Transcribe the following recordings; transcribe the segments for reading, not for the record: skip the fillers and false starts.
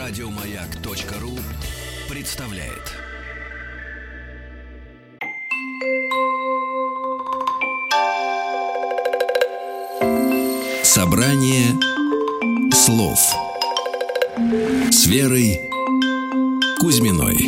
Радиомаяк.ру представляет. Собрание слов с Верой Кузьминой.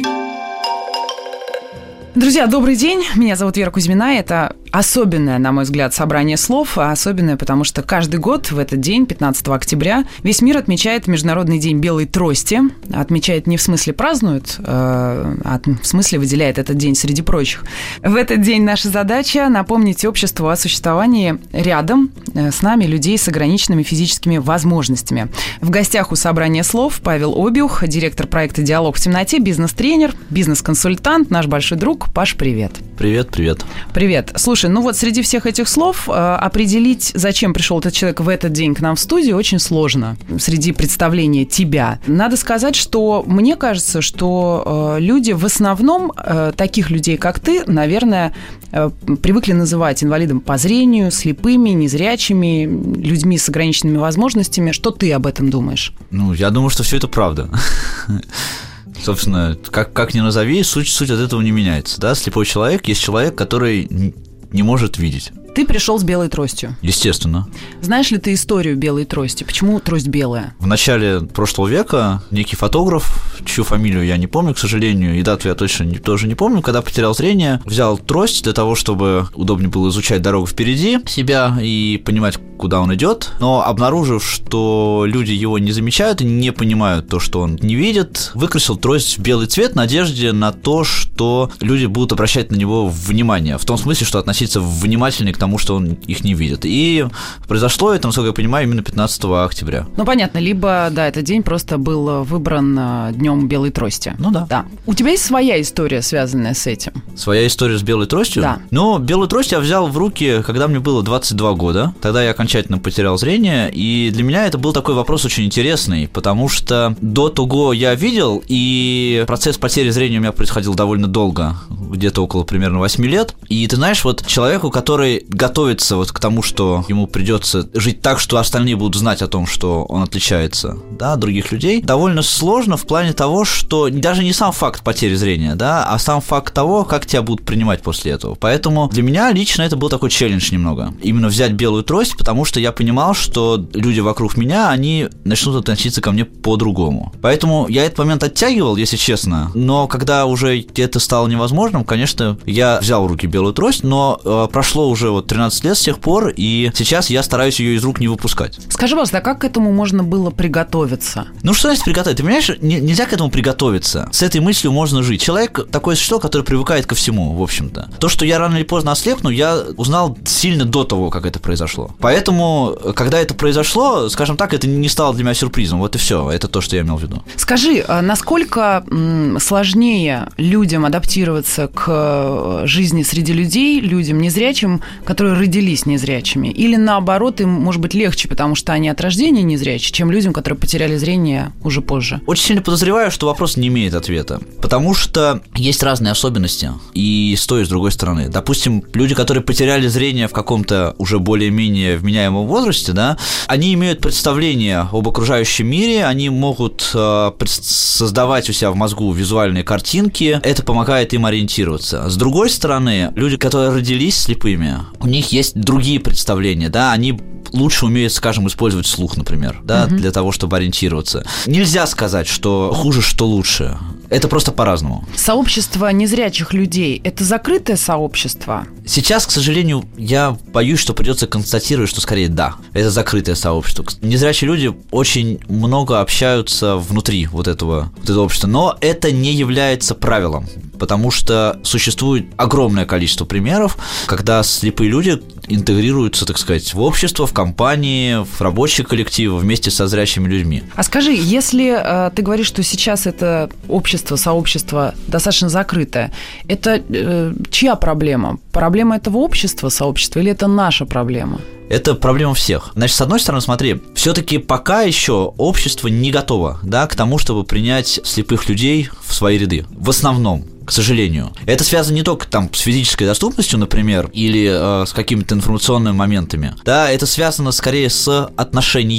Друзья, добрый день. Меня зовут Вера Кузьмина. Это особенное, на мой взгляд, собрание слов. Особенное, потому что каждый год в этот день, 15 октября, весь мир отмечает Международный день белой трости. Отмечает не в смысле празднует, а в смысле выделяет этот день среди прочих. В этот день наша задача напомнить обществу о существовании рядом с нами людей с ограниченными физическими возможностями. В гостях у собрания слов Павел Обиух, директор проекта «Диалог в темноте», бизнес-тренер, бизнес-консультант, наш большой друг. Паш, привет. Привет, привет. Привет. Слушай, ну вот среди всех этих слов определить, зачем пришел этот человек в этот день к нам в студию, очень сложно. Среди представления тебя. Надо сказать, что мне кажется, что люди в основном, таких людей, как ты, наверное, привыкли называть инвалидом по зрению, слепыми, незрячими, людьми с ограниченными возможностями. Что ты об этом думаешь? Ну, я думаю, что все это правда. Собственно, как ни назови, суть от этого не меняется. Да? Слепой человек есть человек, который не может видеть. Ты пришел с белой тростью. Естественно. Знаешь ли ты историю белой трости? Почему трость белая? В начале прошлого века некий фотограф, чью фамилию я не помню, к сожалению, и дату я точно тоже не помню, когда потерял зрение, взял трость для того, чтобы удобнее было изучать дорогу впереди себя и понимать, куда он идет, но обнаружив, что люди его не замечают и не понимают то, что он не видит, выкрасил трость в белый цвет в надежде на то, что люди будут обращать на него внимание, в том смысле, что относиться внимательнее к тому, что он их не видит. И произошло это, насколько я понимаю, именно 15 октября. Ну, понятно, либо, да, этот день просто был выбран днем белой трости. Ну да. Да. У тебя есть своя история, связанная с этим? Своя история с белой тростью? Да. Ну, белую трость я взял в руки, когда мне было 22 года. Тогда я окончательно потерял зрение, и для меня это был такой вопрос очень интересный, потому что до того я видел, и процесс потери зрения у меня происходил довольно долго, где-то около примерно 8 лет. И ты знаешь, вот человеку, который готовится вот к тому, что ему придется жить так, что остальные будут знать о том, что он отличается, да, от других людей, довольно сложно в плане того, что даже не сам факт потери зрения, да, а сам факт того, как тебя будут принимать после этого. Поэтому для меня лично это был такой челлендж немного. Именно взять белую трость, потому что я понимал, что люди вокруг меня, они начнут относиться ко мне по-другому. Поэтому я этот момент оттягивал, если честно, но когда уже это стало невозможным, конечно, я взял в руки белую трость, но прошло уже вот 13 лет с тех пор, и сейчас я стараюсь ее из рук не выпускать. Скажи, пожалуйста, а как к этому можно было приготовиться? Ну, что значит приготовить? Ты понимаешь, нельзя к этому приготовиться. С этой мыслью можно жить. Человек такое существо, которое привыкает ко всему, в общем-то. То, что я рано или поздно ослепну, я узнал сильно до того, как это произошло. Поэтому, когда это произошло, скажем так, это не стало для меня сюрпризом. Вот и все. Это то, что я имел в виду. Скажи, насколько сложнее людям адаптироваться к жизни среди людей, людям незрячим, которые родились незрячими? Или наоборот, им может быть легче, потому что они от рождения незрячие, чем людям, которые потеряли зрение уже позже? Очень сильно подозреваю, что вопрос не имеет ответа. Потому что есть разные особенности и с той, и с другой стороны. Допустим, люди, которые потеряли зрение в каком-то уже более-менее вменяемом возрасте, да, они имеют представление об окружающем мире, они могут создавать у себя в мозгу визуальные картинки, это помогает им ориентироваться. С другой стороны, люди, которые родились слепыми, у них есть другие представления, да, они лучше умеют, скажем, использовать слух, например, да, для того, чтобы ориентироваться. Нельзя сказать, что хуже, что лучше. Это просто по-разному. Сообщество незрячих людей – это закрытое сообщество? Сейчас, к сожалению, я боюсь, что придется констатировать, что скорее да, это закрытое сообщество. Незрячие люди очень много общаются внутри вот этого общества, но это не является правилом, потому что существует огромное количество примеров, когда слепые люди интегрируются, так сказать, в общество, в компании, в рабочие коллективы вместе со зрячими людьми. А скажи, если ты говоришь, что сейчас это общество, сообщество достаточно закрытое, это чья проблема? Проблема этого общества, сообщества, или это наша проблема? Это проблема всех. Значит, с одной стороны, смотри, все-таки пока еще общество не готово, да, к тому, чтобы принять слепых людей в свои ряды. В основном. К сожалению. Это связано не только там с физической доступностью, например, или с какими-то информационными моментами. Да, это связано скорее с отношением.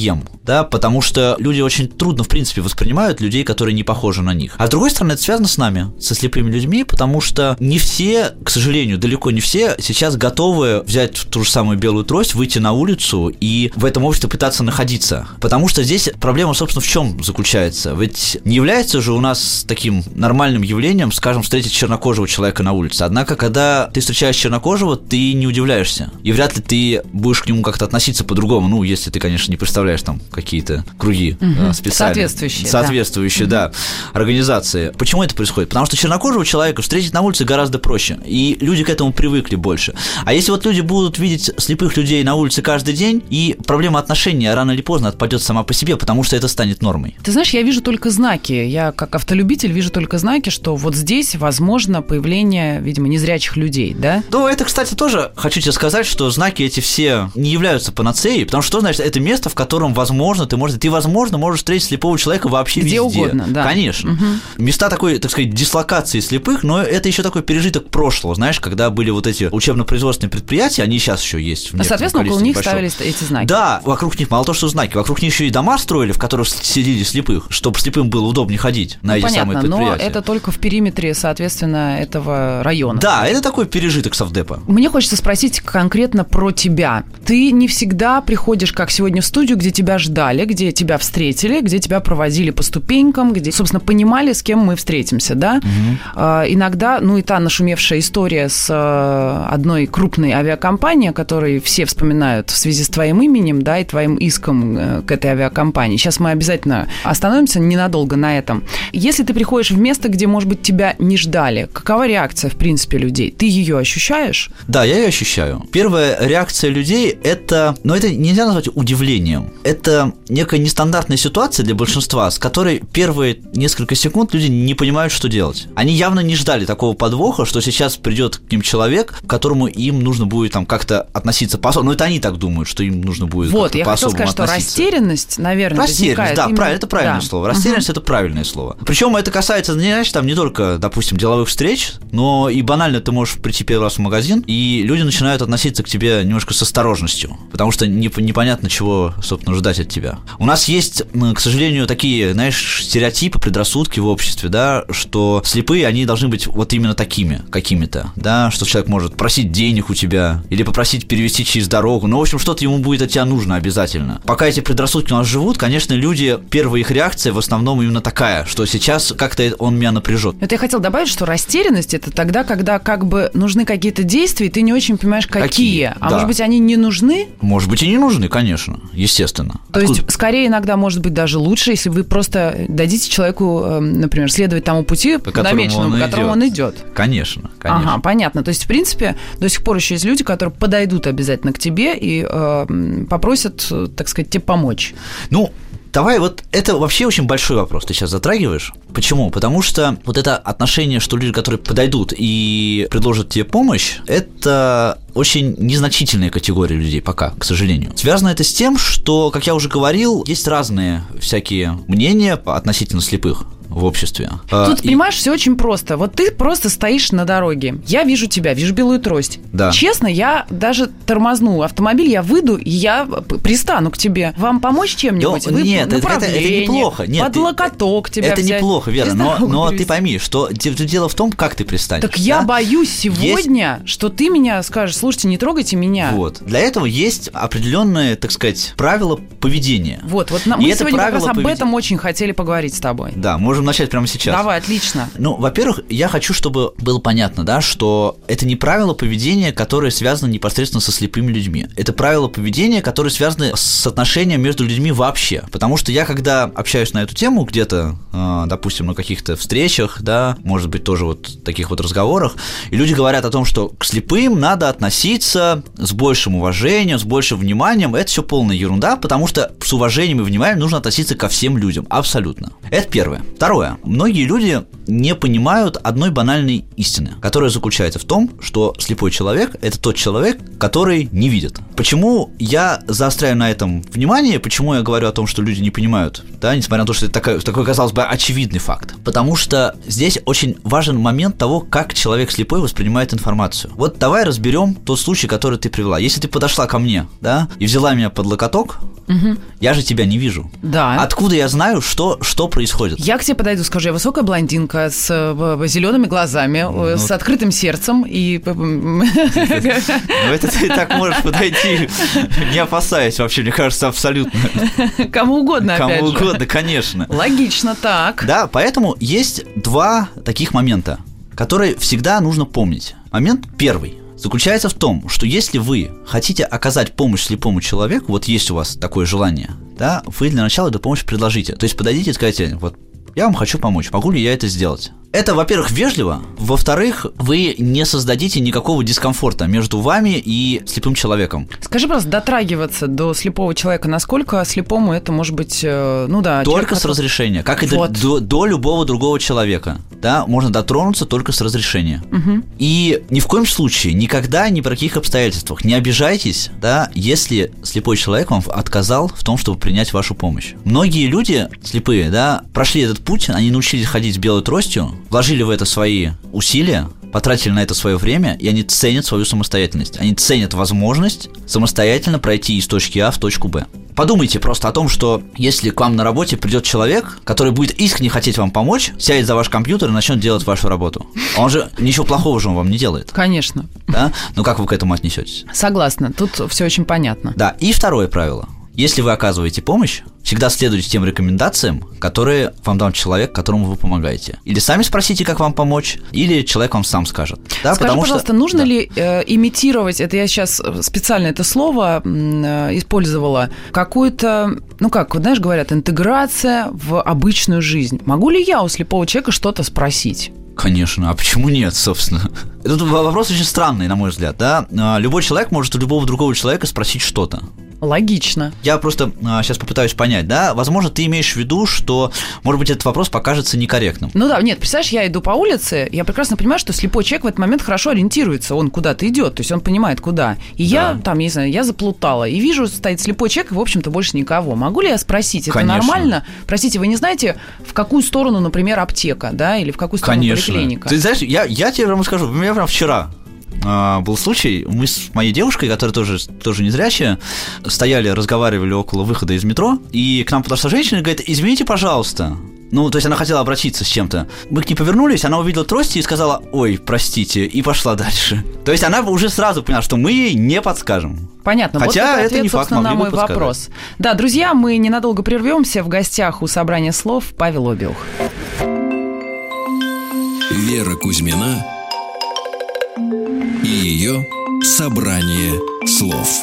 да, потому что люди очень трудно, в принципе, воспринимают людей, которые не похожи на них. А с другой стороны, это связано с нами, со слепыми людьми, потому что не все, к сожалению, далеко не все сейчас готовы взять ту же самую белую трость, выйти на улицу и в этом обществе пытаться находиться. Потому что здесь проблема, собственно, в чем заключается? Ведь не является же у нас таким нормальным явлением, скажем, встретить чернокожего человека на улице. Однако, когда ты встречаешь чернокожего, ты не удивляешься. И вряд ли ты будешь к нему как-то относиться по-другому. Ну, если ты, конечно, не представляешь там какие-то круги специальные. Соответствующие, да, организации. Почему это происходит? Потому что чернокожего человека встретить на улице гораздо проще. И люди к этому привыкли больше. А если вот люди будут видеть слепых людей на улице каждый день, и проблема отношений рано или поздно отпадет сама по себе, потому что это станет нормой. Ты знаешь, я вижу только знаки. Я, как автолюбитель, вижу только знаки, что вот здесь возможно появление, видимо, незрячих людей, да? Ну, это, кстати, тоже хочу тебе сказать, что знаки эти все не являются панацеей, потому что, значит, это место, в котором, возможно, ты, возможно, можешь встретить слепого человека вообще где везде. Угодно, да. Конечно. Угу. Места такой, так сказать, дислокации слепых, но это еще такой пережиток прошлого, знаешь, когда были вот эти учебно-производственные предприятия, они сейчас еще есть. Соответственно, около них ставились эти знаки. Да, вокруг них мало того, что знаки, вокруг них еще и дома строили, в которых селили слепых, чтобы слепым было удобнее ходить на эти самые предприятия. Но это только в периметре, соответственно, этого района. Да, это такой пережиток совдепа. Мне хочется спросить конкретно про тебя. Ты не всегда приходишь, как сегодня, в студию, где тебя ждали, где тебя встретили, где тебя проводили по ступенькам, где, собственно, понимали, с кем мы встретимся, да? Угу. Иногда, и та нашумевшая история с одной крупной авиакомпанией, которую все вспоминают в связи с твоим именем, да, и твоим иском к этой авиакомпании. Сейчас мы обязательно остановимся ненадолго на этом. Если ты приходишь в место, где, может быть, тебя не ждали, какова реакция, в принципе, людей? Ты ее ощущаешь? Да, я ее ощущаю. Первая реакция людей – это нельзя назвать удивлением. Это некая нестандартная ситуация для большинства, с которой первые несколько секунд люди не понимают, что делать. Они явно не ждали такого подвоха, что сейчас придет к ним человек, к которому им нужно будет там как-то относиться по-особому. Это они так думают, что им нужно будет как-то по-особому относиться. Вот, я хотела сказать, что растерянность, наверное, возникает. Да, именно... это правильное слово. Растерянность – это правильное слово. Причем это касается, знаешь, там не только, допустим, деловых встреч, но и банально ты можешь прийти первый раз в магазин, и люди начинают относиться к тебе немножко с осторожностью, потому что непонятно, чего, собственно, ждать от тебя. У нас есть, к сожалению, такие, знаешь, стереотипы, предрассудки в обществе, да, что слепые, они должны быть вот именно такими, какими-то, да, что человек может просить денег у тебя или попросить перевести через дорогу, в общем, что-то ему будет от тебя нужно обязательно. Пока эти предрассудки у нас живут, конечно, люди, первая их реакция в основном именно такая, что сейчас как-то он меня напряжет. Это я хотел добавить, что растерянность – это тогда, когда как бы нужны какие-то действия, и ты не очень понимаешь, какие. А да. Может быть, они не нужны? Может быть, и не нужны, конечно, естественно. То есть, скорее, иногда, может быть, даже лучше, если вы просто дадите человеку, например, следовать тому пути, намеченному, по которому он идет. Конечно. Ага, понятно. То есть, в принципе, до сих пор еще есть люди, которые подойдут обязательно к тебе и попросят, так сказать, тебе помочь. Давай, вот это вообще очень большой вопрос ты сейчас затрагиваешь. Почему? Потому что вот это отношение, что люди, которые подойдут и предложат тебе помощь, это очень незначительная категория людей пока, к сожалению. Связано это с тем, что, как я уже говорил, есть разные всякие мнения относительно слепых в обществе. Тут, понимаешь, все очень просто. Вот ты просто стоишь на дороге. Я вижу тебя, вижу белую трость. Да. Честно, я даже тормозну автомобиль, я выйду, и я пристану к тебе. Вам помочь чем-нибудь? Нет, это неплохо. Нет, под локоток тебя это взять. Неплохо, верно. Но ты пойми, что дело в том, как ты пристанешь. Так я боюсь сегодня, что ты меня скажешь: слушайте, не трогайте меня. Вот. Для этого есть определенные, так сказать, правила поведения. Вот мы сегодня как раз об этом очень хотели поговорить с тобой. Да, можем начать прямо сейчас. Давай, отлично. Во-первых, я хочу, чтобы было понятно, да, что это не правила поведения, которые связаны непосредственно со слепыми людьми. Это правила поведения, которые связаны с отношением между людьми вообще. Потому что я, когда общаюсь на эту тему где-то, допустим, на каких-то встречах, да, может быть, тоже вот таких вот разговорах, и люди говорят о том, что к слепым надо относиться с большим уважением, с большим вниманием. Это все полная ерунда, потому что с уважением и вниманием нужно относиться ко всем людям. Абсолютно. Это первое. Второе. Многие люди не понимают одной банальной истины, которая заключается в том, что слепой человек – это тот человек, который не видит. Почему я заостряю на этом внимание, почему я говорю о том, что люди не понимают, да, несмотря на то, что это такой, казалось бы, очевидный факт? Потому что здесь очень важен момент того, как человек слепой воспринимает информацию. Вот давай разберем тот случай, который ты привела. Если ты подошла ко мне, да, и взяла меня под локоток, Я же тебя не вижу. Да. Откуда я знаю, что происходит? Я к тебе подойду, скажу, я высокая блондинка с зелеными глазами, с открытым сердцем и... Это ты так можешь подойти, не опасаясь вообще, мне кажется, абсолютно. Кому угодно, опять же. Кому угодно, конечно. Логично, так. Да, поэтому есть два таких момента, которые всегда нужно помнить. Момент первый заключается в том, что если вы хотите оказать помощь слепому человеку, вот есть у вас такое желание, да, вы для начала эту помощь предложите. То есть подойдите и скажите, вот я вам хочу помочь, могу ли я это сделать? Это, во-первых, вежливо, во-вторых, вы не создадите никакого дискомфорта между вами и слепым человеком. Скажи, просто дотрагиваться до слепого человека, насколько слепому это может быть, Только с разрешения, как и до любого другого человека, да, можно дотронуться только с разрешения. И ни в коем случае, никогда, ни при каких обстоятельствах не обижайтесь, да, если слепой человек вам отказал в том, чтобы принять вашу помощь. Многие люди слепые, да, прошли этот путь, они научились ходить с белой тростью, вложили в это свои усилия, потратили на это свое время, и они ценят свою самостоятельность. Они ценят возможность самостоятельно пройти из точки А в точку Б. Подумайте просто о том, что если к вам на работе придет человек, который будет искренне хотеть вам помочь, сядет за ваш компьютер и начнет делать вашу работу. Он же ничего плохого же он вам не делает. Конечно. Да? Ну как вы к этому отнесетесь? Согласна, тут все очень понятно. Да, и второе правило. Если вы оказываете помощь, всегда следуйте тем рекомендациям, которые вам дал человек, которому вы помогаете. Или сами спросите, как вам помочь, или человек вам сам скажет. Да, скажи, пожалуйста, нужно ли имитировать, это я сейчас специально это слово использовала, какую-то, знаешь, говорят, интеграция в обычную жизнь. Могу ли я у слепого человека что-то спросить? Конечно, а почему нет, собственно? Этот вопрос очень странный, на мой взгляд, да? Любой человек может у любого другого человека спросить что-то. Логично. Я просто сейчас попытаюсь понять, да? Возможно, ты имеешь в виду, что, может быть, этот вопрос покажется некорректным. Ну да, нет, представляешь, я иду по улице, я прекрасно понимаю, что слепой человек в этот момент хорошо ориентируется, он куда-то идет, то есть он понимает, куда. И я там, не знаю, я заплутала, и вижу, стоит слепой человек, и, в общем-то, больше никого. Могу ли я спросить, это нормально? Простите, вы не знаете, в какую сторону, например, аптека, да, или в какую сторону поликлиника? Ты знаешь, я тебе прямо скажу, у меня прям вчера был случай, мы с моей девушкой, которая тоже незрячая, стояли, разговаривали около выхода из метро, и к нам подошла женщина и говорит: извините, пожалуйста. Ну, то есть она хотела обратиться с чем-то. Мы к ней повернулись, она увидела трости и сказала: ой, простите, и пошла дальше. То есть она уже сразу поняла, что мы ей не подскажем. Понятно, хотя вот это не факт, на мой вопрос. Да, друзья, мы ненадолго прервемся. В гостях у собрания слов Павел Обиух. Вера Кузьмина и ее собрание слов.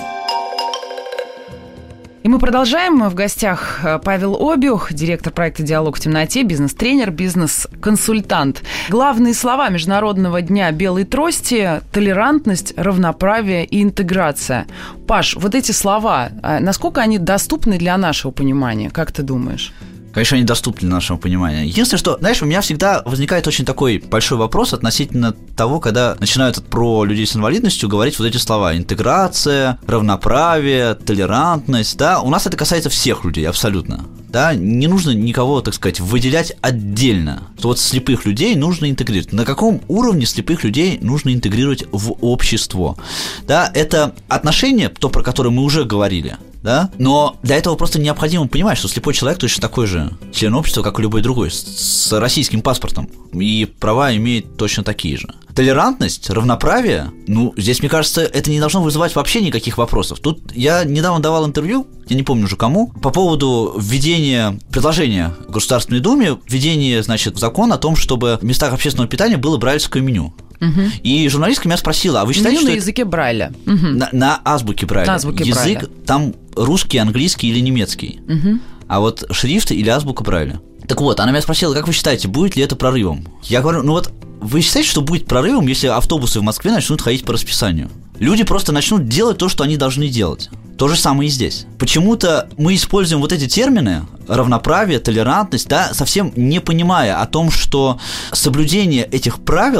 И мы продолжаем. В гостях Павел Обиух, директор проекта «Диалог в темноте», бизнес-тренер, бизнес-консультант. Главные слова Международного дня белой трости – толерантность, равноправие и интеграция. Паш, вот эти слова, насколько они доступны для нашего понимания, как ты думаешь? Конечно, они доступны для нашего понимания. Единственное, что, знаешь, у меня всегда возникает очень такой большой вопрос относительно того, когда начинают про людей с инвалидностью говорить вот эти слова: интеграция, равноправие, толерантность, да, у нас это касается всех людей абсолютно, да, не нужно никого, так сказать, выделять отдельно, что вот слепых людей нужно интегрировать. На каком уровне слепых людей нужно интегрировать в общество, да, это отношения, то, про которое мы уже говорили, да? Но для этого просто необходимо понимать, что слепой человек точно такой же член общества, как и любой другой, с российским паспортом, и права имеет точно такие же. Толерантность, равноправие, здесь, мне кажется, это не должно вызывать вообще никаких вопросов. Тут я недавно давал интервью, я не помню уже кому, по поводу введения предложения в Государственной Думе, введения, значит, в закон о том, чтобы в местах общественного питания было брайлевское меню. И журналистка меня спросила: а вы считаете, что на языке Брайля? На азбуке Брайля. На азбуке язык Брайля. Там русский, английский или немецкий. А вот шрифт или азбука Брайля. Так вот, она меня спросила: как вы считаете, будет ли это прорывом? Я говорю: вы считаете, что будет прорывом, если автобусы в Москве начнут ходить по расписанию? Люди просто начнут делать то, что они должны делать. То же самое и здесь. Почему-то мы используем вот эти термины: равноправие, толерантность, да, совсем не понимая о том, что соблюдение этих правил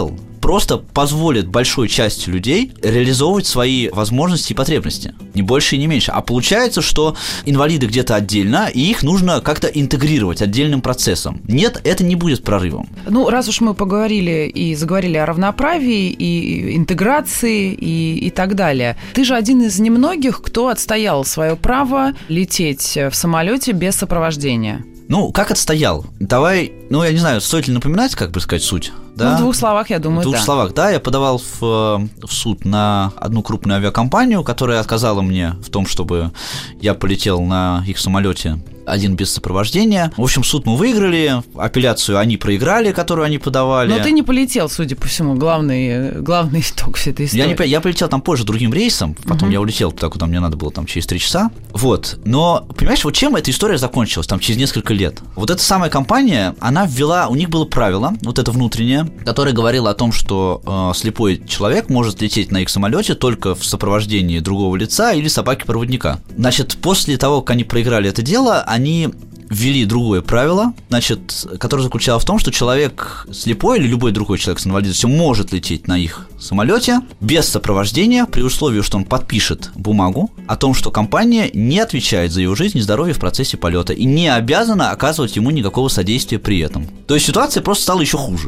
просто позволит большой части людей реализовывать свои возможности и потребности. Не больше и не меньше. А получается, что инвалиды где-то отдельно, и их нужно как-то интегрировать отдельным процессом. Нет, это не будет прорывом. Ну, раз уж мы поговорили и заговорили о равноправии, и интеграции, и так далее. Ты же один из немногих, кто отстоял свое право лететь в самолете без сопровождения. Ну, как отстоял? Давай, я не знаю, стоит ли напоминать, как бы сказать, суть? Да? Ну, в двух словах, я думаю, да. В двух словах, да. Я подавал в суд на одну крупную авиакомпанию, которая отказала мне в том, чтобы я полетел на их самолете один без сопровождения. В общем, суд мы выиграли, апелляцию они проиграли, которую они подавали. Но ты не полетел, судя по всему, главный итог всей этой истории. Я полетел там позже другим рейсом, потом я улетел туда, куда мне надо было, там, через 3 часа. Вот. Но, понимаешь, вот чем эта история закончилась, там, через несколько лет? Вот эта самая компания, она ввела, у них было правило, вот это внутреннее, которое говорило о том, что слепой человек может лететь на их самолете только в сопровождении другого лица или собаки-проводника. Значит, после того, как они проиграли это дело, они ввели другое правило, значит, которое заключалось в том, что человек слепой или любой другой человек с инвалидностью может лететь на их самолете без сопровождения, при условии, что он подпишет бумагу о том, что компания не отвечает за его жизнь и здоровье в процессе полета и не обязана оказывать ему никакого содействия при этом. То есть ситуация просто стала еще хуже.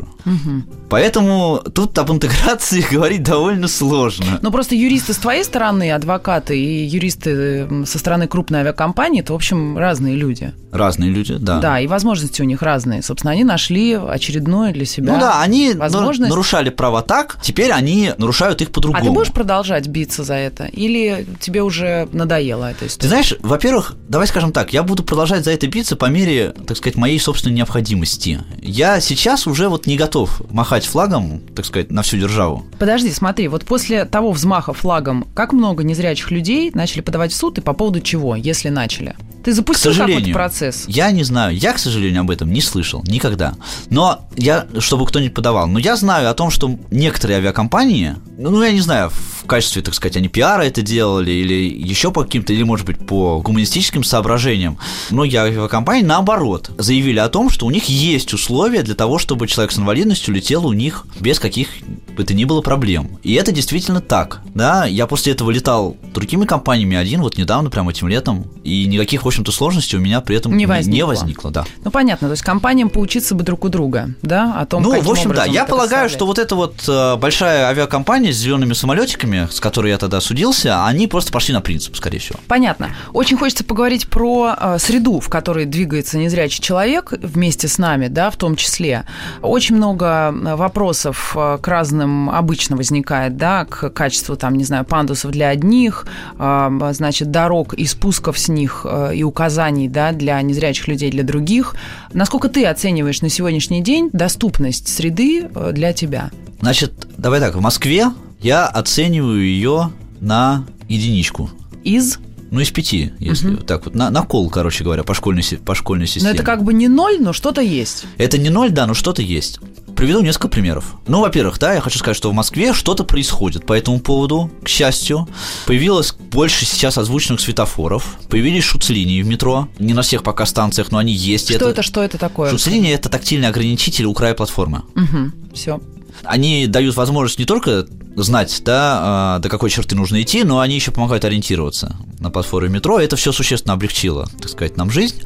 Поэтому тут об интеграции говорить довольно сложно. Ну, просто юристы с твоей стороны, адвокаты и юристы со стороны крупной авиакомпании, это, в общем, разные люди. Разные люди, да. Да, и возможности у них разные. Собственно, они нашли очередную для себя возможность. Ну да, они возможность. Нарушали права так, теперь они нарушают их по-другому. А ты будешь продолжать биться за это? Или тебе уже надоела эта история? Ты знаешь, во-первых, давай скажем так, я буду продолжать за это биться по мере, так сказать, моей собственной необходимости. Я сейчас уже вот не готов махать флагом, так сказать, на всю державу. Подожди, смотри, вот после того взмаха флагом, как много незрячих людей начали подавать в суд и по поводу чего, если начали? Ты запустил какой-то процесс? Я не знаю. Я, к сожалению, об этом не слышал никогда. Но чтобы кто-нибудь подавал. Но я знаю о том, что некоторые авиакомпании, я не знаю, в качестве, так сказать, они пиара это делали, или еще по каким-то, или, может быть, по гуманистическим соображениям. Многие авиакомпании, наоборот, заявили о том, что у них есть условия для того, чтобы человек с инвалидностью летел у них без каких бы то ни было проблем. И это действительно так. Да, я после этого летал другими компаниями один, вот недавно, прямо этим летом, и никаких, в общем-то, сложностей у меня при этом не возникло, да. Ну, понятно, то есть компаниям поучиться бы друг у друга, да, о том, каким в общем, образом да, я полагаю, что вот эта вот большая авиакомпания с зелеными самолетиками, с которой я тогда судился, они просто пошли на принцип, скорее всего. Понятно. Очень хочется поговорить про среду, в которой двигается незрячий человек вместе с нами, да, в том числе. Очень много вопросов к разным обычно возникает, да, к качеству, там, не знаю, пандусов для одних, значит, дорог и спусков с них и указаний, да, для незрячих людей, для других. Насколько ты оцениваешь на сегодняшний день доступность среды для тебя? Значит, давай так, в Москве я оцениваю ее на единичку. Из 5, если так вот, на кол, короче говоря, по школьной системе. Но это как бы не 0, но что-то есть. Это не 0, да, но что-то есть. Приведу несколько примеров. Во-первых, да, я хочу сказать, что в Москве что-то происходит по этому поводу, к счастью. Появилось больше сейчас озвученных светофоров, появились шуц-линии в метро, не на всех пока станциях, но они есть. Что это такое? Шуц-линии – это тактильный ограничитель у края платформы. Все. Они дают возможность не только знать, да, до какой черты нужно идти, но они еще помогают ориентироваться на платформе метро. Это все существенно облегчило, так сказать, нам жизнь.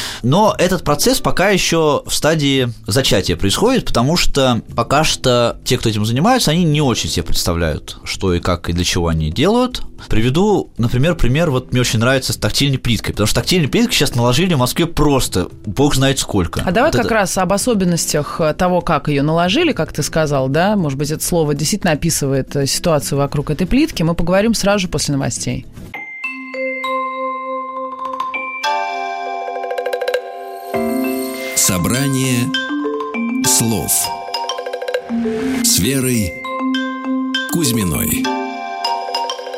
Но этот процесс пока еще в стадии зачатия происходит, потому что пока что те, кто этим занимаются, они не очень себе представляют, что и как и для чего они делают. Приведу, например, пример, вот мне очень нравится с тактильной плиткой, потому что тактильные плитки сейчас наложили в Москве просто бог знает сколько. А давай вот раз об особенностях того, как ее наложили, как ты сказал, да, может быть, это слово действительно описывает ситуацию вокруг этой плитки, мы поговорим сразу же после новостей. Собрание слов с Верой Кузьминой.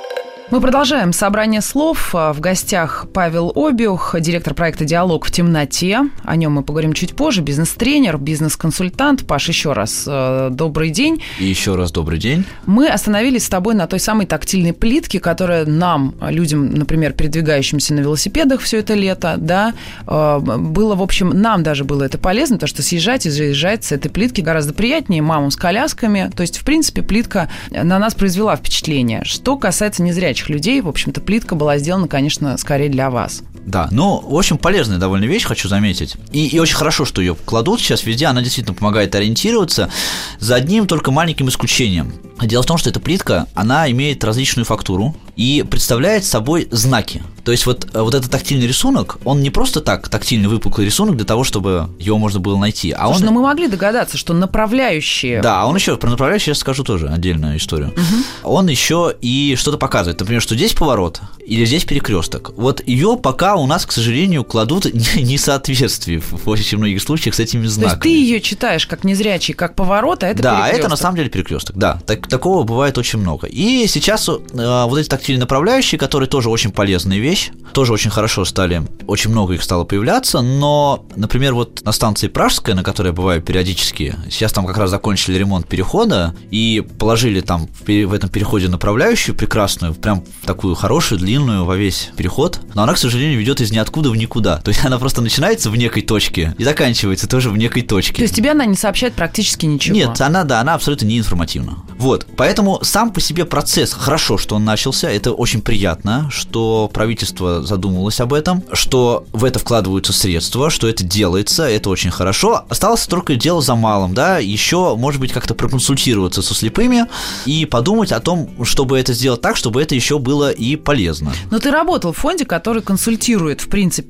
Мы продолжаем собрание слов. В гостях Павел Обиух, директор проекта «Диалог в темноте». О нем мы поговорим чуть позже. Бизнес-тренер, бизнес-консультант. Паш, еще раз добрый день. И еще раз добрый день. Мы остановились с тобой на той самой тактильной плитке, которая нам, людям, например, передвигающимся на велосипедах все это лето, да, было, в общем, нам даже было это полезно, потому что съезжать и заезжать с этой плитки гораздо приятнее мамам с колясками. То есть, в принципе, плитка на нас произвела впечатление. Что касается незрячих людей, в общем-то, плитка была сделана, конечно, скорее для вас. Да, ну, в общем, полезная довольно вещь, хочу заметить. И очень хорошо, что ее кладут сейчас везде, она действительно помогает ориентироваться, за одним только маленьким исключением. Дело в том, что эта плитка, она имеет различную фактуру и представляет собой знаки. То есть вот этот тактильный рисунок, он не просто так тактильный выпуклый рисунок для того, чтобы его можно было найти. Слушай, но мы могли догадаться, что направляющие... Да, он еще, про направляющие я скажу тоже отдельную историю. Он еще и что-то показывает. Например, что здесь поворот или здесь перекресток. Вот ее пока у нас, к сожалению, кладут несоответствие в очень многих случаях с этими знаками. То есть ты ее читаешь как незрячий, как поворот, а это перекресток. Да, это на самом деле перекресток, да. Такого бывает очень много. И сейчас вот эти тактильные направляющие, которые тоже очень полезная вещь, тоже очень хорошо стали, очень много их стало появляться, но, например, вот на станции Пражская, на которой я бываю периодически, сейчас там как раз закончили ремонт перехода и положили там в этом переходе направляющую прекрасную, прям такую хорошую, длинную во весь переход, но она, к сожалению, ведет из ниоткуда в никуда. То есть она просто начинается в некой точке и заканчивается тоже в некой точке. То есть тебе она не сообщает практически ничего? Нет, она абсолютно не информативна. Вот, поэтому сам по себе процесс, хорошо, что он начался, это очень приятно, что правительство задумалось об этом, что в это вкладываются средства, что это делается, это очень хорошо. Осталось только дело за малым, да, еще, может быть, как-то проконсультироваться со слепыми и подумать о том, чтобы это сделать так, чтобы это еще было и полезно. Но ты работал в фонде, который консультирует, в принципе,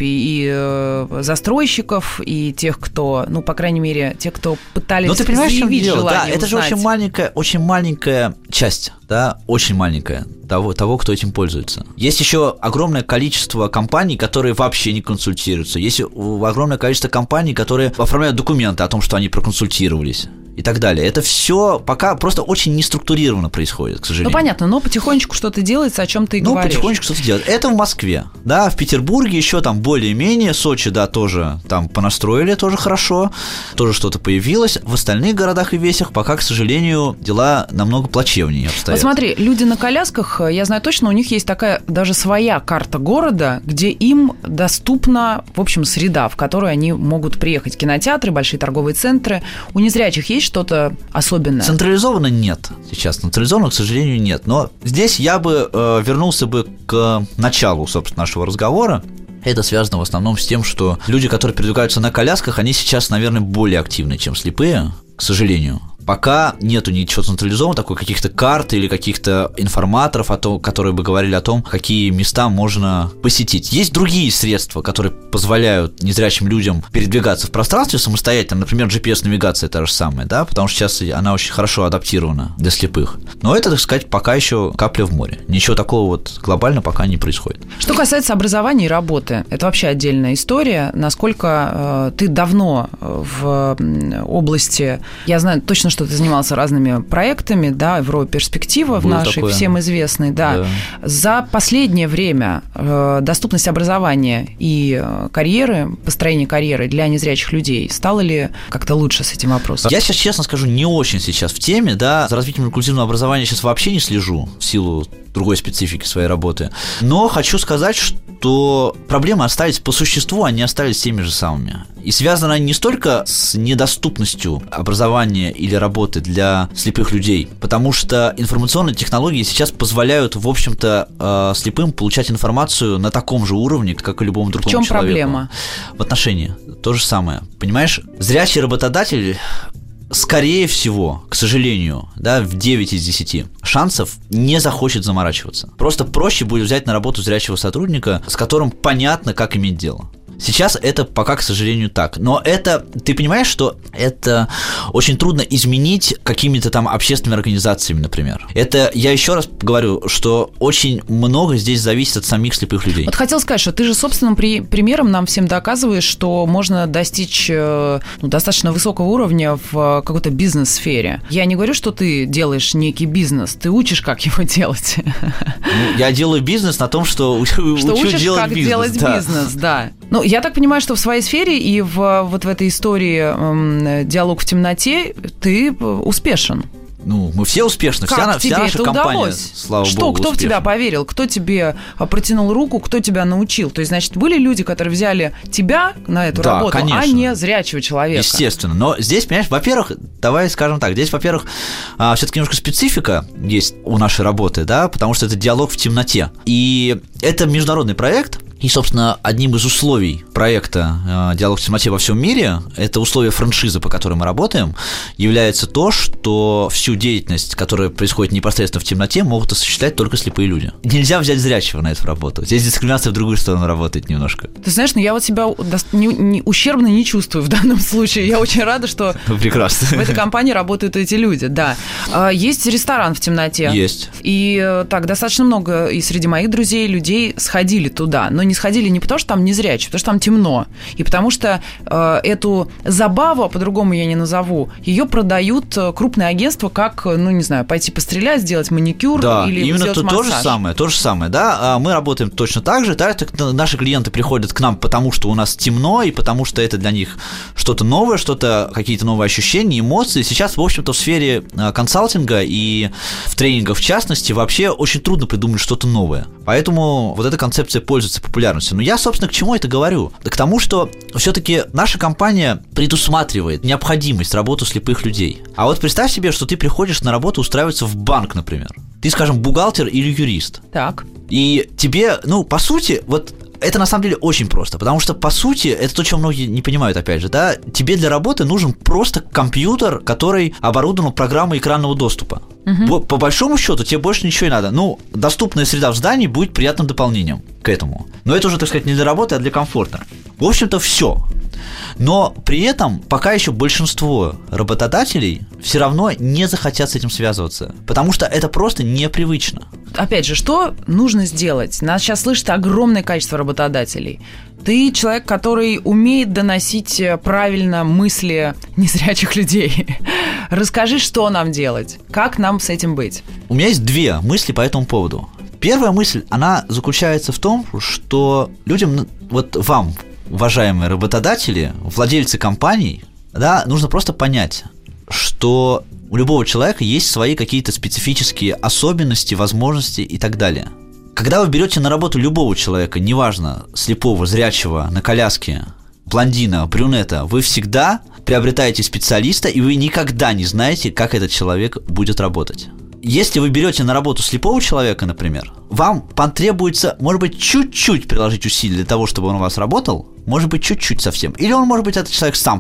и застройщиков, и тех, кто, ну, по крайней мере, те, кто пытались заявить желание да, это же очень маленькая часть, да, очень маленькая того, кто этим пользуется. Есть еще огромное количество компаний, которые вообще не консультируются. Есть огромное количество компаний, которые оформляют документы о том, что они проконсультировались. И так далее. Это все пока просто очень неструктурированно происходит, к сожалению. Ну, понятно, но потихонечку что-то делается, о чем ты и говоришь. Ну, потихонечку что-то делается. Это в Москве, да, в Петербурге еще там более-менее, Сочи, да, тоже там понастроили, тоже хорошо, тоже что-то появилось. В остальных городах и весях пока, к сожалению, дела намного плачевнее обстоят. Вот смотри, люди на колясках, я знаю точно, у них есть такая даже своя карта города, где им доступна, в общем, среда, в которую они могут приехать. Кинотеатры, большие торговые центры. У незрячих есть что-то особенное? Централизованно нет. Сейчас централизованно, к сожалению, нет. Но здесь я бы вернулся бы к началу, собственно, нашего разговора. Это связано в основном с тем, что люди, которые передвигаются на колясках, они сейчас, наверное, более активны, чем слепые, к сожалению. Пока нету ничего централизованного, такой каких-то карт или каких-то информаторов, которые бы говорили о том, какие места можно посетить. Есть другие средства, которые позволяют незрячим людям передвигаться в пространстве самостоятельно. Например, GPS-навигация та же самая, да, потому что сейчас она очень хорошо адаптирована для слепых. Но это, так сказать, пока еще капля в море. Ничего такого вот глобально пока не происходит. Что касается образования и работы, это вообще отдельная история. Насколько ты давно в области, я знаю точно, что ты занимался разными проектами, да, Европа-перспектива в нашей, такое. Всем известной, да. За последнее время доступность образования и карьеры, построение карьеры для незрячих людей стало ли как-то лучше с этим вопросом? Я сейчас, честно скажу, не очень сейчас в теме, да, за развитием инклюзивного образования сейчас вообще не слежу в силу другой специфики своей работы. Но хочу сказать, что проблемы остались по существу, они остались теми же самыми. И связаны они не столько с недоступностью образования или работы для слепых людей, потому что информационные технологии сейчас позволяют, в общем-то, слепым получать информацию на таком же уровне, как и любому другому человеку. В чем проблема? В отношении. То же самое. Понимаешь, зрячий работодатель, скорее всего, к сожалению, да, в 9 из 10 шансов не захочет заморачиваться. Просто проще будет взять на работу зрячего сотрудника, с которым понятно, как иметь дело. Сейчас это пока, к сожалению, так. Но это, ты понимаешь, что это очень трудно изменить какими-то там общественными организациями, например. Это, я еще раз говорю, что очень много здесь зависит от самих слепых людей. Вот хотел сказать, что ты же собственным примером нам всем доказываешь, что можно достичь достаточно высокого уровня в какой-то бизнес-сфере. Я не говорю, что ты делаешь некий бизнес, ты учишь, как его делать. Ну, я делаю бизнес на том, что учу учишь, делать как бизнес. Делать бизнес, да. Ну, я так понимаю, что в своей сфере и вот в этой истории «Диалог в темноте» ты успешен. Ну, мы все успешны, как вся наша компания, удалось? слава богу, Кто успешна. в тебя поверил, кто тебе протянул руку, кто тебя научил? То есть, значит, были люди, которые взяли тебя на эту работу, конечно. А не зрячего человека. Естественно, но здесь, понимаешь, во-первых, давай скажем так, здесь, во-первых, все-таки немножко специфика есть у нашей работы, да, потому что это диалог в темноте. И это международный проект. И, собственно, одним из условий проекта «Диалог в темноте» во всем мире, это условие франшизы, по которой мы работаем, является то, что всю деятельность, которая происходит непосредственно в темноте, могут осуществлять только слепые люди. Нельзя взять зрячего на эту работу. Здесь дискриминация в другую сторону работает немножко. Ты знаешь, я вот себя ущербно не чувствую в данном случае. Я очень рада, что прекрасно. В этой компании работают эти люди, да. Есть ресторан в темноте. Есть. И так, достаточно много и среди моих друзей людей сходили туда, но не сходили не потому, что там незрячие, потому что там темно, и потому что эту забаву, по-другому я не назову, ее продают крупные агентства, как, ну, не знаю, пойти пострелять, сделать маникюр, да, или именно сделать массаж. То же самое, да, мы работаем точно так же, да, наши клиенты приходят к нам, потому что у нас темно, и потому что это для них что-то новое, какие-то новые ощущения, эмоции. Сейчас, в общем-то, в сфере консалтинга и в тренингах, в частности, вообще очень трудно придумать что-то новое. Поэтому вот эта концепция пользуется популярностью. Но я, собственно, к чему это говорю? К тому, что все-таки наша компания предусматривает необходимость работы слепых людей. А вот представь себе, что ты приходишь на работу устраиваться в банк, например. Ты, скажем, бухгалтер или юрист. Так. И тебе, по сути, вот это на самом деле очень просто, потому что, по сути, это то, чего многие не понимают, опять же, да, тебе для работы нужен просто компьютер, который оборудован программой экранного доступа. Угу. По большому счету, тебе больше ничего не надо. Доступная среда в здании будет приятным дополнением к этому. Но это уже, так сказать, не для работы, а для комфорта. В общем-то, все. Но при этом пока еще большинство работодателей все равно не захотят с этим связываться, потому что это просто непривычно. Опять же, что нужно сделать? Нас сейчас слышит огромное количество работодателей. Ты человек, который умеет доносить правильно мысли незрячих людей. Расскажи, что нам делать, как нам с этим быть? У меня есть две мысли по этому поводу. Первая мысль, она заключается в том, что людям, вот вам, уважаемые работодатели, владельцы компаний, да, нужно просто понять, что у любого человека есть свои какие-то специфические особенности, возможности и так далее. Когда вы берете на работу любого человека, неважно, слепого, зрячего, на коляске, блондина, брюнета, вы всегда приобретаете специалиста, и вы никогда не знаете, как этот человек будет работать. Если вы берете на работу слепого человека, например, вам потребуется, может быть, чуть-чуть приложить усилий для того, чтобы он у вас работал, может быть, чуть-чуть совсем. Или он, может быть, этот человек сам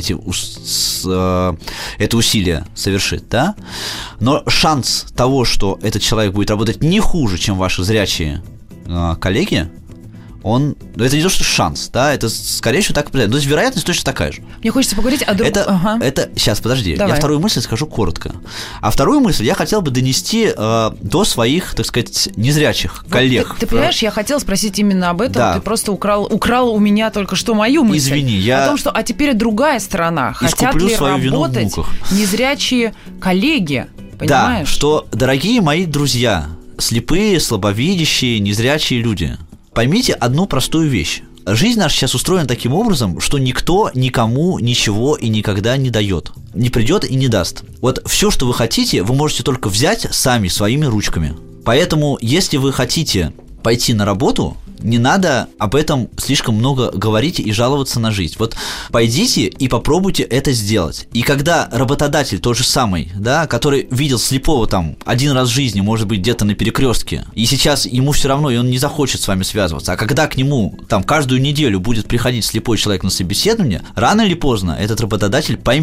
это усилие совершит, да? Но шанс того, что этот человек будет работать не хуже, чем ваши зрячие коллеги, это не то, что шанс, да, это скорее всего так произойдет. То есть вероятность точно такая же. Мне хочется поговорить о другом. Сейчас, подожди, Давай. Я вторую мысль скажу коротко. А вторую мысль я хотел бы донести до своих, так сказать, незрячих коллег. Ты понимаешь, я хотела спросить именно об этом. Да. Ты просто украл у меня только что мою мысль. Извини, о том, что теперь другая сторона. Хотят ли работать незрячие коллеги? Понимаешь? Да, что, дорогие мои друзья, слепые, слабовидящие, незрячие люди, поймите одну простую вещь. Жизнь наша сейчас устроена таким образом, что никто никому ничего и никогда не дает. Не придет и не даст. Вот все, что вы хотите, вы можете только взять сами, своими ручками. Поэтому, если вы хотите пойти на работу, не надо об этом слишком много говорить и жаловаться на жизнь. Вот пойдите и попробуйте это сделать. И когда работодатель тот же самый, да, который видел слепого там один раз в жизни, может быть, где-то на перекрестке, и сейчас ему все равно, и он не захочет с вами связываться, а когда к нему там каждую неделю будет приходить слепой человек на собеседование, рано или поздно этот работодатель поймет,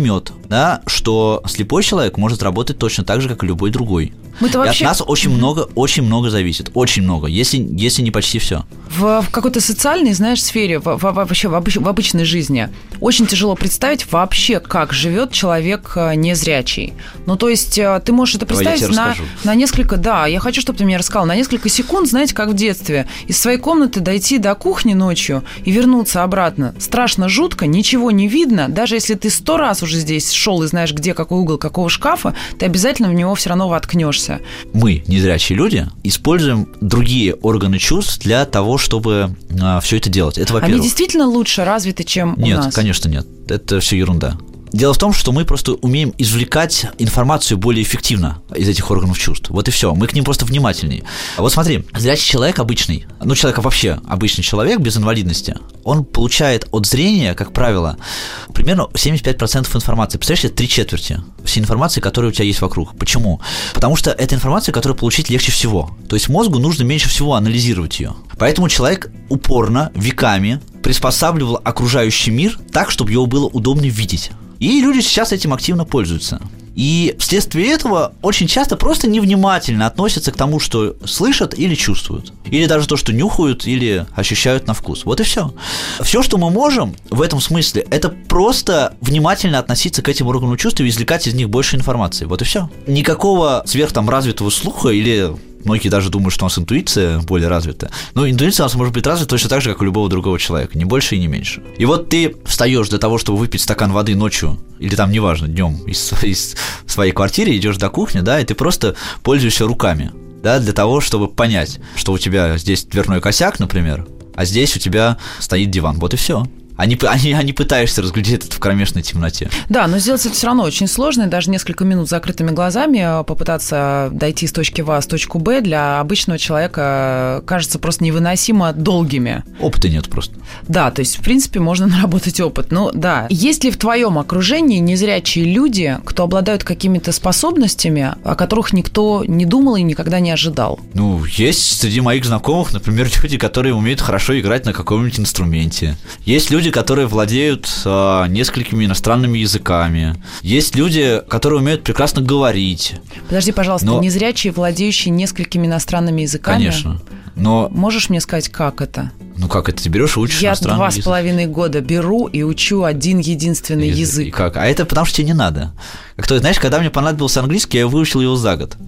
да, что слепой человек может работать точно так же, как и любой другой. Мы-то вообще... И от нас очень много зависит, очень много, если не почти все. В какой-то социальной, знаешь, сфере, вообще в обычной жизни очень тяжело представить вообще, как живет человек незрячий. Ну, то есть ты можешь это представить на несколько... Да, я хочу, чтобы ты мне рассказал. На несколько секунд, знаете, как в детстве, из своей комнаты дойти до кухни ночью и вернуться обратно. Страшно, жутко, ничего не видно. Даже если ты 100 раз уже здесь шел и знаешь, где какой угол какого шкафа, ты обязательно в него все равно воткнешься. Мы, незрячие люди, используем другие органы чувств для того, чтобы все это делать. Это, во-первых. Они действительно лучше развиты, чем у нас? Нет, конечно, нет. Это все ерунда. Дело в том, что мы просто умеем извлекать информацию более эффективно из этих органов чувств. Вот и все. Мы к ним просто внимательнее. Вот смотри, зрячий человек обычный, человек вообще обычный человек без инвалидности, он получает от зрения, как правило, примерно 75% информации. Представляешь, это 3/4 всей информации, которая у тебя есть вокруг. Почему? Потому что это информация, которую получить легче всего. То есть мозгу нужно меньше всего анализировать ее. Поэтому человек упорно, веками приспосабливал окружающий мир так, чтобы его было удобнее видеть. И люди сейчас этим активно пользуются. И вследствие этого очень часто просто невнимательно относятся к тому, что слышат или чувствуют. Или даже то, что нюхают или ощущают на вкус. Вот и все. Все, что мы можем в этом смысле, это просто внимательно относиться к этим органам чувств и извлекать из них больше информации. Вот и все. Никакого развитого слуха или... Многие даже думают, что у нас интуиция более развита. Но интуиция у нас может быть развита точно так же, как у любого другого человека. Не больше и не меньше. И вот ты встаешь для того, чтобы выпить стакан воды ночью, или там, неважно, днем из своей квартиры, идешь до кухни, да, и ты просто пользуешься руками, да, для того, чтобы понять, что у тебя здесь дверной косяк, например, а здесь у тебя стоит диван. Вот и все. А не пытаешься разглядеть это в кромешной темноте. Да, но сделать это все равно очень сложно, и даже несколько минут с закрытыми глазами попытаться дойти с точки А в точку Б для обычного человека кажется просто невыносимо долгими. Опыта нет просто. Да, то есть, в принципе, можно наработать опыт. Ну, да. Есть ли в твоем окружении незрячие люди, кто обладают какими-то способностями, о которых никто не думал и никогда не ожидал? Есть среди моих знакомых, например, люди, которые умеют хорошо играть на каком-нибудь инструменте. Есть люди, которые владеют несколькими иностранными языками. Есть люди, которые умеют прекрасно говорить. Подожди, пожалуйста, незрячие, владеющие несколькими иностранными языками? Конечно. Но... Можешь мне сказать, как это? Как это? Ты берешь и учишь иностранный язык? Я 2,5 года беру и учу один единственный язык. И как? А это потому, что тебе не надо. Знаешь, когда мне понадобился английский, я выучил его за год.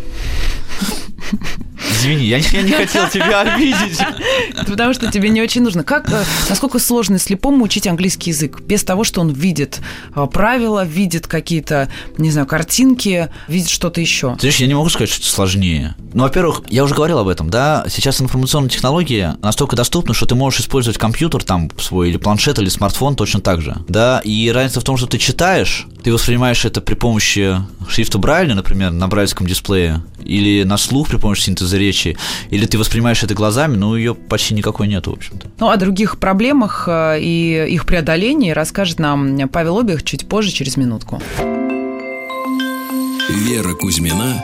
Извини, я не хотел тебя обидеть. Потому что тебе не очень нужно. Насколько сложно слепому учить английский язык? Без того, что он видит правила, видит какие-то, не знаю, картинки, видит что-то еще. Ты знаешь, я не могу сказать, что это сложнее. Во-первых, я уже говорил об этом, да, сейчас информационные технологии настолько доступны, что ты можешь использовать компьютер там свой, или планшет, или смартфон точно так же, да, и разница в том, что ты читаешь, ты воспринимаешь это при помощи шрифта Брайля, например, на брайлевском дисплее, или на слух при помощи синтеза речи, или ты воспринимаешь это глазами, ее почти никакой нету, в общем-то. О других проблемах и их преодолении расскажет нам Павел Обиух чуть позже, через минутку. Вера Кузьмина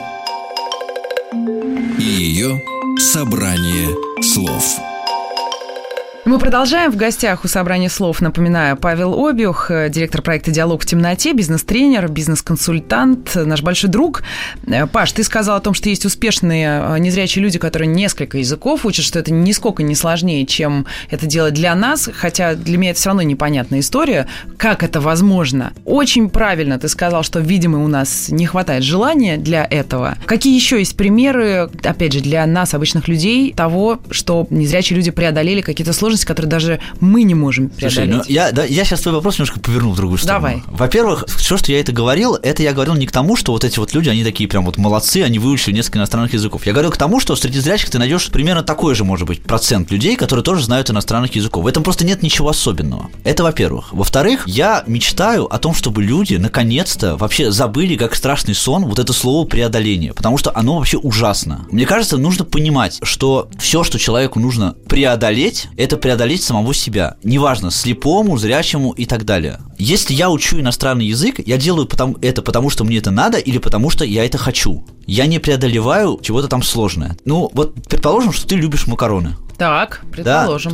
и ее собрание слов. Мы продолжаем. В гостях у собрания слов, напоминаю, Павел Обиух, директор проекта «Диалог в темноте», бизнес-тренер, бизнес-консультант, наш большой друг. Паш, ты сказал о том, что есть успешные незрячие люди, которые несколько языков учат, что это нисколько не сложнее, чем это делать для нас, хотя для меня это все равно непонятная история, как это возможно. Очень правильно ты сказал, что, видимо, у нас не хватает желания для этого. Какие еще есть примеры, опять же, для нас, обычных людей, того, что незрячие люди преодолели какие-то сложности, которые даже мы не можем преодолеть. Слушай, я сейчас твой вопрос немножко поверну в другую сторону. Давай. Во-первых, все, что я это говорил не к тому, что вот эти вот люди, они такие прям вот молодцы, они выучили несколько иностранных языков. Я говорил к тому, что среди зрячих ты найдешь примерно такой же, может быть, процент людей, которые тоже знают иностранных языков. В этом просто нет ничего особенного. Это во-первых. Во-вторых, я мечтаю о том, чтобы люди наконец-то вообще забыли, как страшный сон, вот это слово преодоление, потому что оно вообще ужасно. Мне кажется, нужно понимать, что все, что человеку нужно преодолеть, это преодолеть самого себя. Неважно, слепому, зрячему и так далее. Если я учу иностранный язык, я делаю это потому, что мне это надо, или потому, что я это хочу. Я не преодолеваю чего-то там сложное. Вот предположим, что ты любишь макароны. Так, предположим. Да, вот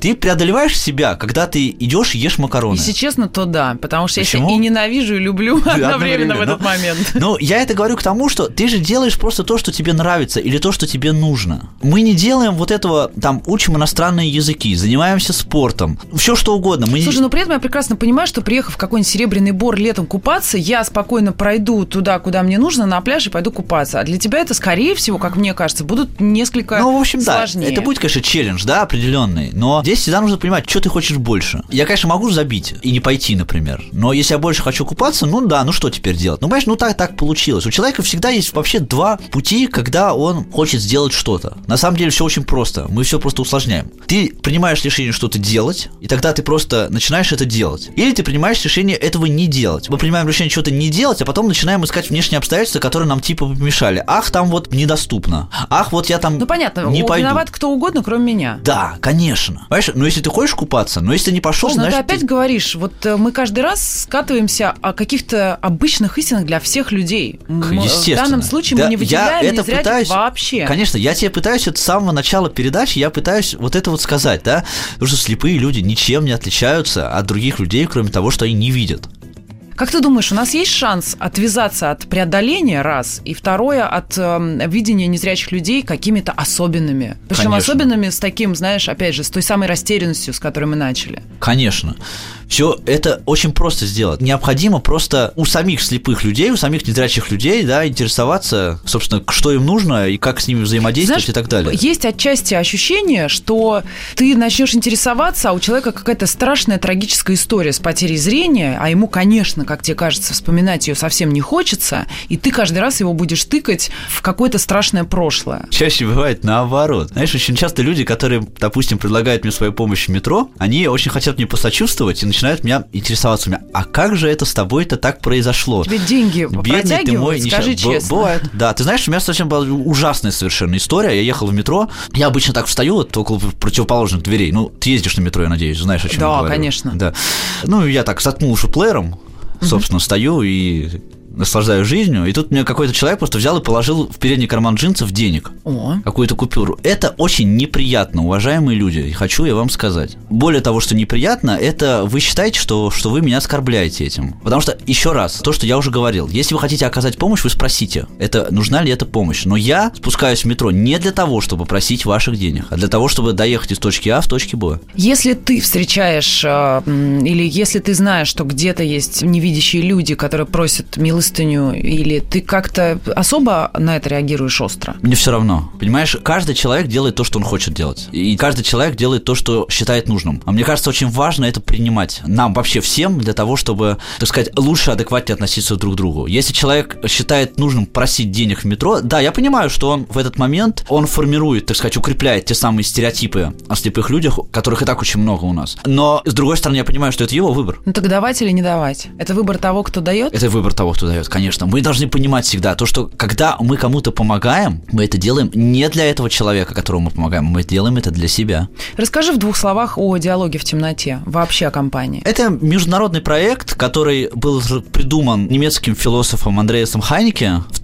Ты преодолеваешь себя, когда ты идешь и ешь макароны. Если честно, то да, потому что Почему? я себя и ненавижу, и люблю одновременно в этот момент. Ну, я это говорю к тому, что ты же делаешь просто то, что тебе нравится, или то, что тебе нужно. Мы не делаем вот этого, там, учим иностранные языки, занимаемся спортом, все что угодно. Слушай, но при этом я прекрасно понимаю, что приехав в какой-нибудь Серебряный Бор летом купаться, я спокойно пройду туда, куда мне нужно, на пляж и пойду купаться. А для тебя это, скорее всего, как мне кажется, будут несколько сложнее. Ну, в общем, да, это будет, конечно, челлендж, да, определенный, но здесь всегда нужно понимать, что ты хочешь больше. Я, конечно, могу забить и не пойти, например, но если я больше хочу купаться, ну да, ну что теперь делать? Ну, понимаешь, ну так получилось. У человека всегда есть вообще два пути, когда он хочет сделать что-то. На самом деле все очень просто, мы все просто усложняем. Ты принимаешь решение что-то делать, и тогда ты просто начинаешь это делать. Или ты принимаешь решение этого не делать. Мы принимаем решение что-то не делать, а потом начинаем искать внешние обстоятельства, которые нам типа помешали. Ах, там вот недоступно. Ах, вот я там ну, понятно, не пойду. Виноват кто угодно, кроме меня. Да, конечно. Понимаешь, но если ты хочешь купаться, но если ты не пошел, слушай, знаешь, ты опять говоришь, вот мы каждый раз скатываемся о каких-то обычных истинах для всех людей. Естественно. В данном случае мы не выделяем незрячих вообще. Конечно, я тебе пытаюсь от самого начала передачи, я пытаюсь вот это вот сказать, да, потому что слепые люди ничем не отличаются от других людей, кроме того, что они не видят. Как ты думаешь, у нас есть шанс отвязаться от преодоления, раз, и второе, от видения незрячих людей какими-то особенными? Причем Конечно. особенными с таким, знаешь, опять же, с той самой растерянностью, с которой мы начали. Конечно. Все это очень просто сделать. Необходимо просто у самих слепых людей, у самих незрячих людей, да, интересоваться, собственно, что им нужно и как с ними взаимодействовать. Знаешь, и так далее. Есть отчасти ощущение, что ты начнешь интересоваться, а у человека какая-то страшная трагическая история с потерей зрения, а ему, конечно, как тебе кажется, вспоминать ее совсем не хочется, и ты каждый раз его будешь тыкать в какое-то страшное прошлое. Чаще бывает наоборот. Знаешь, очень часто люди, которые, допустим, предлагают мне свою помощь в метро, они очень хотят мне посочувствовать и начинают меня интересоваться. А как же это с тобой-то так произошло? Тебе деньги протягивают, скажи честно. Бывает. Да, ты знаешь, у меня совсем была ужасная совершенно история. Я ехал в метро, я обычно так встаю вот около противоположных дверей. Ну, ты ездишь на метро, я надеюсь, знаешь, о чем я говорю. Да, конечно. Да. Ну, я так заткнул уши плеером, собственно, стою и наслаждаюсь жизнью, и тут мне какой-то человек просто взял и положил в передний карман джинсов денег, какую-то купюру. Это очень неприятно, уважаемые люди, и хочу я вам сказать. Более того, что неприятно, это вы считаете, что вы меня оскорбляете этим. Потому что, еще раз, то, что я уже говорил, если вы хотите оказать помощь, вы спросите, нужна ли эта помощь. Но я спускаюсь в метро не для того, чтобы просить ваших денег, а для того, чтобы доехать из точки А в точке Б. Если ты встречаешь, или если ты знаешь, что где-то есть невидящие люди, которые просят милостыню, или ты как-то особо на это реагируешь остро? Мне все равно. Понимаешь, каждый человек делает то, что он хочет делать. И каждый человек делает то, что считает нужным. А мне кажется, очень важно это принимать. Нам вообще всем для того, чтобы, так сказать, лучше, адекватнее относиться друг к другу. Если человек считает нужным просить денег в метро, да, я понимаю, что он в этот момент, он формирует, так сказать, укрепляет те самые стереотипы о слепых людях, которых и так очень много у нас. Но, с другой стороны, я понимаю, что это его выбор. Ну так давать или не давать? Это выбор того, кто дает? Это выбор того, кто дает, конечно. Мы должны понимать всегда то, что когда мы кому-то помогаем, мы это делаем не для этого человека, которому мы помогаем, мы делаем это для себя. Расскажи в 2 словах о диалоге в темноте, вообще о компании. Это международный проект, который был придуман немецким философом Андреасом Хайнеке в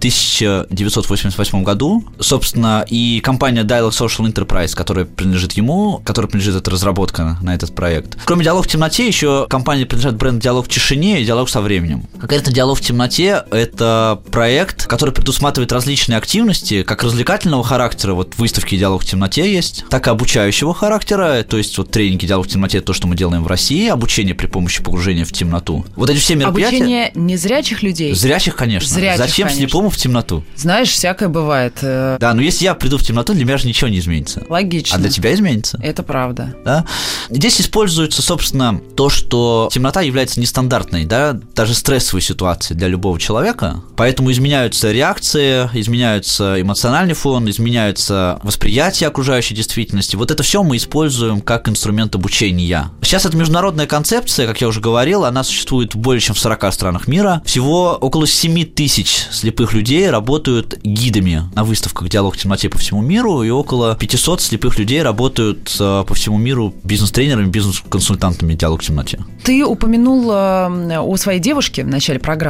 1988 году. Собственно, и компания Dialog Social Enterprise, которая принадлежит ему, которая принадлежит эта разработка на этот проект. Кроме «Диалог в темноте», еще компания принадлежит бренд «Диалог в тишине» и «Диалог со временем». Конкретно «Диалог в темноте» — это проект, который предусматривает различные активности, как развлекательного характера, вот выставки «Диалог в темноте» есть, так и обучающего характера, то есть вот тренинги «Диалог в темноте» — это то, что мы делаем в России, обучение при помощи погружения в темноту. Вот эти все мероприятия... Обучение незрячих людей? Зрячих, конечно. Зрячих, зачем конечно. Слепому в темноту? Знаешь, всякое бывает. Да, но если я приду в темноту, для меня же ничего не изменится. Логично. А для тебя изменится. Это правда. Да? Здесь используется, собственно, то, что темнота является нестандартной, да, даже стрессовой ситуацией для любого человека, поэтому изменяются реакции, изменяется эмоциональный фон, изменяется восприятие окружающей действительности. Вот это все мы используем как инструмент обучения. Сейчас это международная концепция, как я уже говорил, она существует в более чем в 40 странах мира. Всего около 7 тысяч слепых людей работают гидами на выставках «Диалог в темноте» по всему миру, и около 500 слепых людей работают по всему миру бизнес-тренерами, бизнес-консультантами «Диалог в темноте». Ты упомянул о своей девушке в начале программы.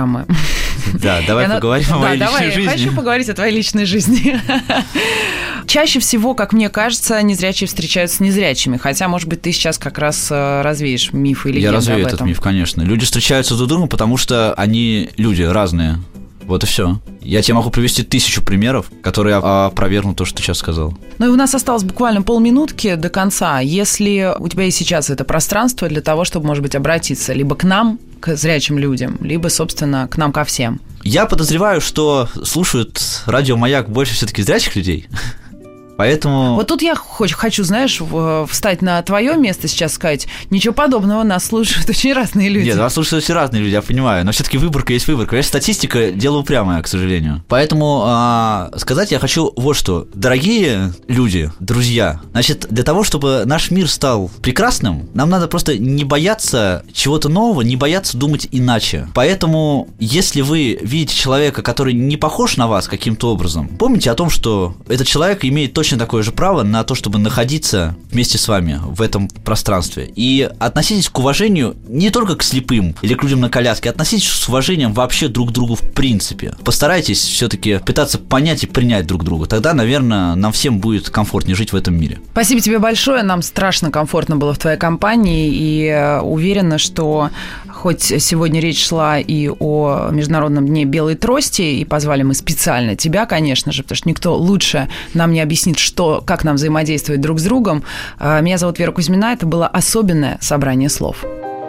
Да, давай поговорим о моей личной жизни. Хочу поговорить о твоей личной жизни. Чаще всего, как мне кажется, незрячие встречаются с незрячими. Хотя, может быть, ты сейчас как раз развеешь миф или легенду об этом. Я развею этот миф, конечно. Люди встречаются друг с другом, потому что они люди разные. Вот и все. Я тебе могу привести 1000 примеров, которые опровергнут то, что ты сейчас сказал. Ну и у нас осталось буквально полминутки до конца. Если у тебя есть сейчас это пространство для того, чтобы, может быть, обратиться либо к нам, к зрячим людям, либо, собственно, к нам ко всем. Я подозреваю, что слушают радио «Маяк» больше все-таки зрячих людей. Поэтому... Вот тут я хочу, знаешь, встать на твое место сейчас, сказать, ничего подобного, нас слушают очень разные люди. Нет, нас слушают очень разные люди, я понимаю, но все-таки выборка есть выборка. Понимаешь, статистика – дело упрямое, к сожалению. Поэтому сказать я хочу вот что. Дорогие люди, друзья, значит, для того, чтобы наш мир стал прекрасным, нам надо просто не бояться чего-то нового, не бояться думать иначе. Поэтому, если вы видите человека, который не похож на вас каким-то образом, помните о том, что этот человек имеет точно такое же право на то, чтобы находиться вместе с вами в этом пространстве. И относитесь к уважению не только к слепым или к людям на коляске, относитесь с уважением вообще друг к другу в принципе. Постарайтесь все-таки пытаться понять и принять друг друга. Тогда, наверное, нам всем будет комфортнее жить в этом мире. Спасибо тебе большое. Нам страшно комфортно было в твоей компании. И уверена, что хоть сегодня речь шла и о Международном дне белой трости, и позвали мы специально тебя, конечно же, потому что никто лучше нам не объяснит, как нам взаимодействовать друг с другом. Меня зовут Вера Кузьмина. Это было особенное собрание слов.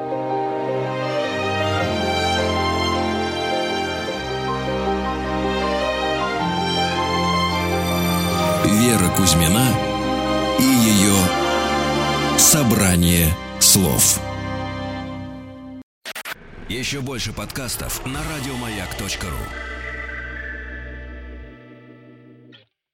Вера Кузьмина и ее собрание слов. Еще больше подкастов на радиомаяк.ру.